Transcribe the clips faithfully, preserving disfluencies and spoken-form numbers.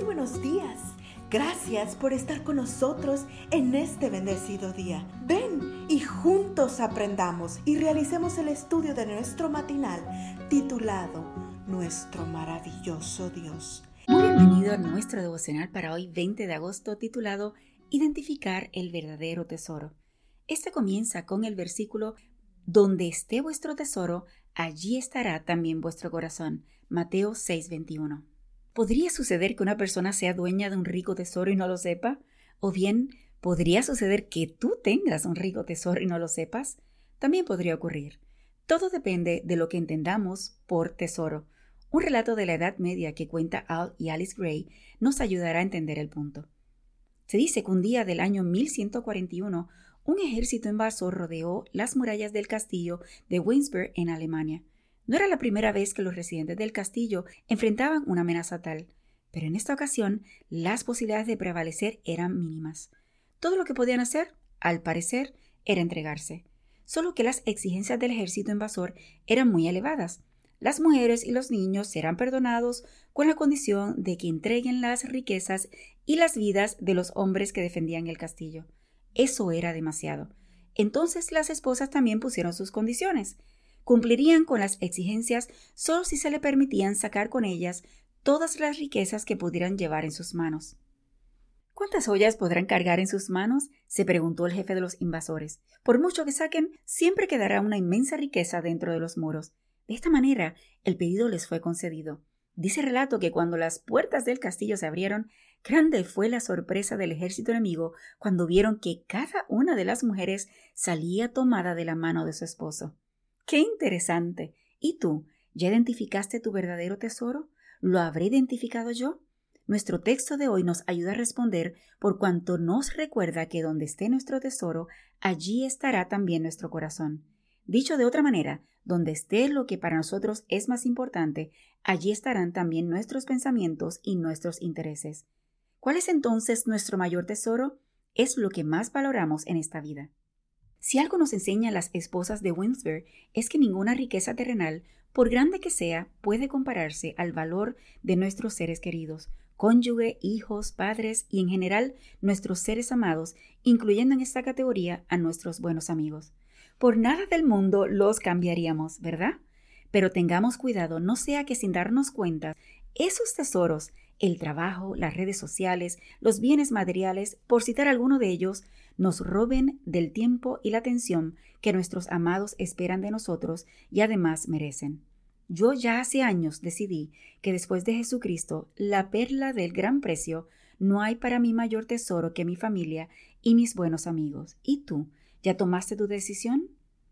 buenos días. Gracias por estar con nosotros en este bendecido día. Ven y juntos aprendamos y realicemos el estudio de nuestro matinal titulado Nuestro maravilloso Dios. Muy bienvenido a nuestro devocional para hoy veinte de agosto titulado Identificar el verdadero tesoro. Este comienza con el versículo Donde esté vuestro tesoro, allí estará también vuestro corazón. Mateo seis veintiuno. ¿Podría suceder que una persona sea dueña de un rico tesoro y no lo sepa? ¿O bien podría suceder que tú tengas un rico tesoro y no lo sepas? También podría ocurrir. Todo depende de lo que entendamos por tesoro. Un relato de la Edad Media que cuenta Al y Alice Gray nos ayudará a entender el punto. Se dice que un día del año mil ciento cuarenta y uno, un ejército invasor rodeó las murallas del castillo de Weinsberg en Alemania. No era la primera vez que los residentes del castillo enfrentaban una amenaza tal, pero en esta ocasión las posibilidades de prevalecer eran mínimas. Todo lo que podían hacer, al parecer, era entregarse. Solo que las exigencias del ejército invasor eran muy elevadas. Las mujeres y los niños serán perdonados con la condición de que entreguen las riquezas y las vidas de los hombres que defendían el castillo. Eso era demasiado. Entonces las esposas también pusieron sus condiciones. Cumplirían con las exigencias solo si se le permitían sacar con ellas todas las riquezas que pudieran llevar en sus manos. ¿Cuántas ollas podrán cargar en sus manos?, se preguntó el jefe de los invasores. Por mucho que saquen, siempre quedará una inmensa riqueza dentro de los muros. De esta manera, el pedido les fue concedido. Dice el relato que cuando las puertas del castillo se abrieron, grande fue la sorpresa del ejército enemigo cuando vieron que cada una de las mujeres salía tomada de la mano de su esposo. ¡Qué interesante! ¿Y tú? ¿Ya identificaste tu verdadero tesoro? ¿Lo habré identificado yo? Nuestro texto de hoy nos ayuda a responder por cuanto nos recuerda que donde esté nuestro tesoro, allí estará también nuestro corazón. Dicho de otra manera, donde esté lo que para nosotros es más importante, allí estarán también nuestros pensamientos y nuestros intereses. ¿Cuál es entonces nuestro mayor tesoro? Es lo que más valoramos en esta vida. Si algo nos enseñan las esposas de Weinsberg es que ninguna riqueza terrenal, por grande que sea, puede compararse al valor de nuestros seres queridos, cónyuge, hijos, padres y en general nuestros seres amados, incluyendo en esta categoría a nuestros buenos amigos. Por nada del mundo los cambiaríamos, ¿verdad? Pero tengamos cuidado, no sea que sin darnos cuenta, esos tesoros, el trabajo, las redes sociales, los bienes materiales, por citar alguno de ellos, nos roben del tiempo y la atención que nuestros amados esperan de nosotros y además merecen. Yo ya hace años decidí que después de Jesucristo, la perla del gran precio, no hay para mí mayor tesoro que mi familia y mis buenos amigos. ¿Y tú? ¿Ya tomaste tu decisión?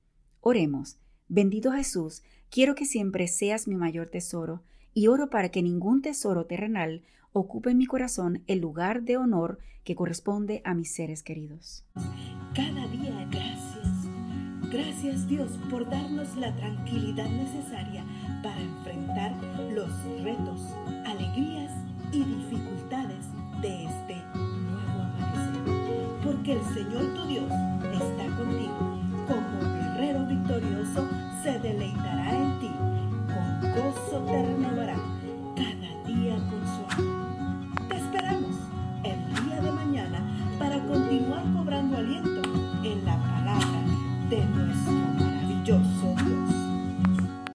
Oremos. Bendito Jesús, quiero que siempre seas mi mayor tesoro y oro para que ningún tesoro terrenal ocupe en mi corazón el lugar de honor que corresponde a mis seres queridos. Cada día gracias. Gracias Dios por darnos la tranquilidad necesaria para enfrentar los retos